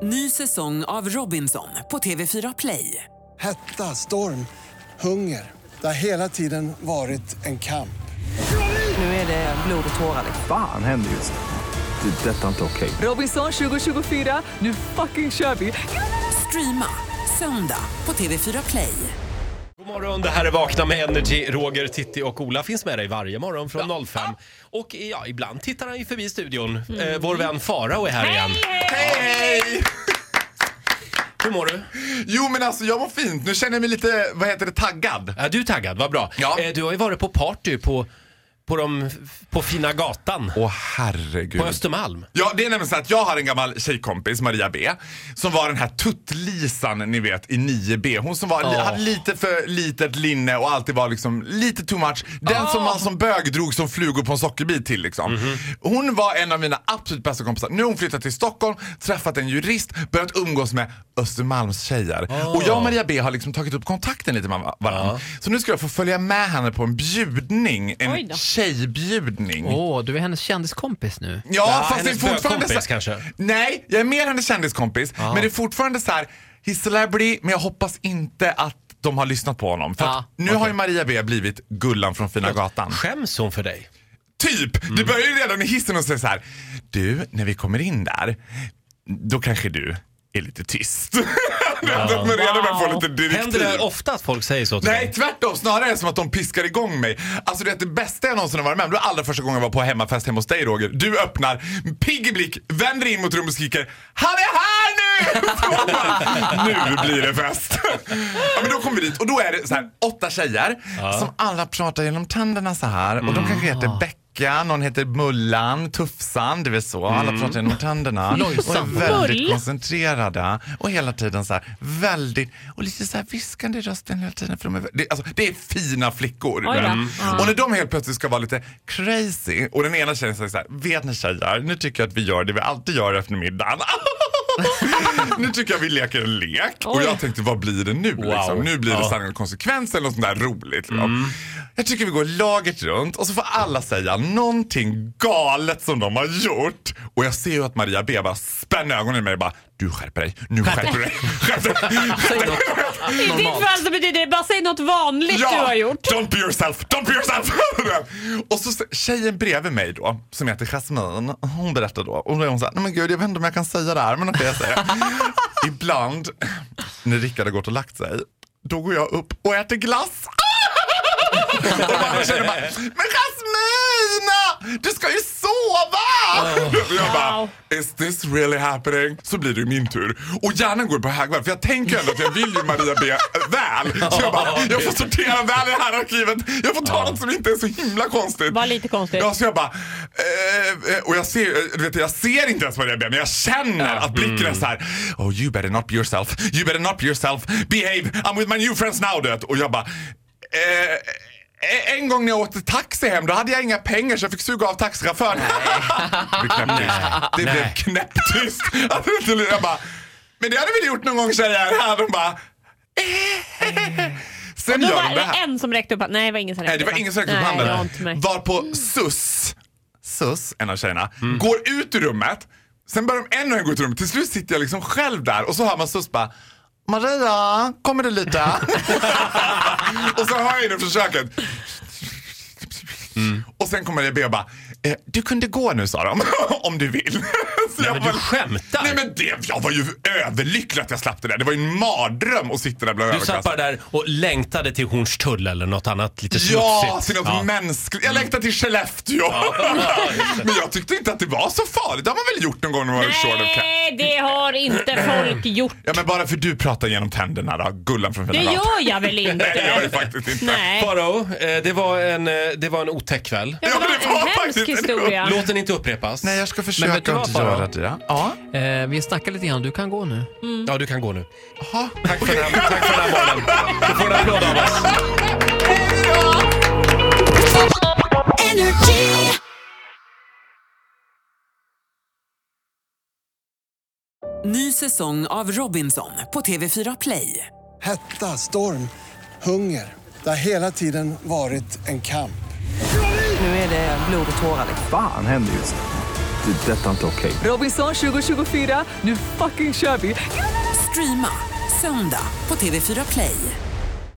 Ny säsong av Robinson på TV4 Play. Hetta, storm, hunger. Det har hela tiden varit en kamp. Nu är det blod och tårar. Fan händer just nu. Det. Detta är inte okej. Robinson 2024, nu fucking kör vi. Streama söndag på TV4 Play. God morgon, det här är Vakna med Energy. Roger, Titti och Ola finns med dig varje morgon från 05. Och ja, ibland tittar han ju förbi studion. Vår vän Farao är här igen. Hej! Hur mår du? Jo men alltså jag mår fint. Nu känner jag mig lite, taggad. Du är taggad, vad bra. Ja. Du har ju varit på party på Fina gatan. Åh herregud. På Östermalm. Ja, det är nämligen så att jag har en gammal tjejkompis, Maria B, som var den här tuttlisan, ni vet, i 9B. Hon som hade lite för litet linne och alltid var liksom lite too much. Den som man som bög drog som flugor på en sockerbit till liksom. Hon var en av mina absolut bästa kompisar. Nu har hon flyttat till Stockholm, träffat en jurist, börjat umgås med Östermalms tjejer. Och jag och Maria B har liksom tagit upp kontakten lite med varandra. Så nu ska jag få följa med henne på en bjudning. En tjejbjudning. Du är hennes kändiskompis nu. Ja, fast det är fortfarande kompis, så... kanske. Nej, jag är mer hennes kändiskompis. Men det är fortfarande så här, he's celebrity, men jag hoppas inte att de har lyssnat på honom. För att nu har ju Maria B blivit Gullan från Fina gatan. Skäms hon för dig? Typ, det börjar ju redan i hissen och säger så här: du, när vi kommer in där, då kanske du är lite tyst. Händer det ofta att folk säger så till Nej, dig? tvärtom. Snarare är det som att de piskar igång mig. Alltså det bästa jag någonsin har varit med om, det var allra första gången jag var på hemmafest hemma hos dig, Roger. Du öppnar, pigg i blick, vänder in mot rummet och skriker: han är här nu! Nu blir det fest. Ja, men då kommer vi dit och då är det så här 8 tjejer som alla pratar genom tänderna så här. Och de kanske heter Becka, någon heter Mullan, Tuffsan, det är väl så. Alla pratar genom tänderna och är väldigt koncentrerade. Och hela tiden så här väldigt, och lite så här viskande i rösten hela tiden. För det är fina flickor. Och när de helt plötsligt ska vara lite crazy, och den ena tjejen säger så här: vet ni tjejer, nu tycker jag att vi gör det vi alltid gör efter middagen. Nu tycker jag vi leker en lek. Och jag tänkte, vad blir det nu? Liksom? Nu blir det sanning och konsekvens eller något sånt där roligt. Jag tycker vi går laget runt och så får alla säga någonting galet som de har gjort. Och jag ser ju att Maria B bara spänner ögonen i mig och bara: du skärper dig, nu skärper dig. I ditt fall så betyder det bara säg något vanligt du har gjort. Don't be yourself, don't be yourself. Och så tjejen bredvid mig då, som heter Jasmine, hon berättar då, och då är hon så här: nej men gud, jag vet inte om jag kan säga det här, men okej, jag säger. Ibland när Rickard har gått och lagt sig, då går jag upp och äter glass. Och man känner bara: men Jasmina, du ska ju sova! Och jag bara: is this really happening? Så blir det ju min tur. Och hjärnan går på högvarv, för jag tänker ändå att jag vill ju Maria B väl. Så jag bara, jag får sortera väl i det här arkivet. Jag får ta något som inte är så himla konstigt. Var lite konstigt. Ja, så jag bara och jag ser, du vet, jag ser inte ens Maria B, men jag känner att blicken är så här: oh, you better not be yourself. You better not be yourself. Behave. I'm with my new friends now, det. Och jag bara en gång när jag åkte taxi hem, då hade jag inga pengar så jag fick suga av taxichauffören. Det blev knäpptyst. Jag bara: men det hade vi gjort någon gång, tjejer. De bara sen då gör var de det här. en som räckte upp. Nej, det var ingen som räckte upp. Nej, det var ingen som räckte upp handen. Varpå Sus, en av tjejerna, går ut ur rummet. Sen börjar de ännu en gå ut ur rummet. Till slut sitter jag liksom själv där. Och så hör man Sus bara: Maria, kommer du lite? Och så hör jag in i försöket. Och sen kommer jag be och bara: du kunde gå nu, sa de, om du vill. Så Nej, men du skämtar. Nej, men jag var ju överlycklig att jag slapp det där. Det var ju en mardröm att sitta där bland överklassen. Du satt bara där och längtade till Hornstull eller något annat lite smutsigt. Ja, till något mänskligt. Jag längtade till Skellefteå. Men jag tyckte inte att det var så farligt. Det har man väl gjort någon gång när man var short of cat. Nej, det har inte folk gjort. Ja, men bara för du pratar genom tänderna då, Gullan från Fina Det gatan. gör jag väl inte. Nej, det gör jag faktiskt inte. Nej. Farao, det var en otäck kväll. Ja, det var en hemsk historia. Låt den inte upprepas. Nej, jag ska Men vet försöka du vad, inte göra det. Ja. Vi snackar lite grann, du kan gå nu. Ja, du kan gå nu. Tack för den här morgonen. Du får en applåd av oss. Ny säsong av Robinson på TV4 Play. Hetta, storm, hunger. Det har hela tiden varit en kamp. Nu är det blod och tårar. Fan händer just nu. Detta är inte okej. Robinson 2024, nu fucking kör vi! Streama söndag på TV4 Play.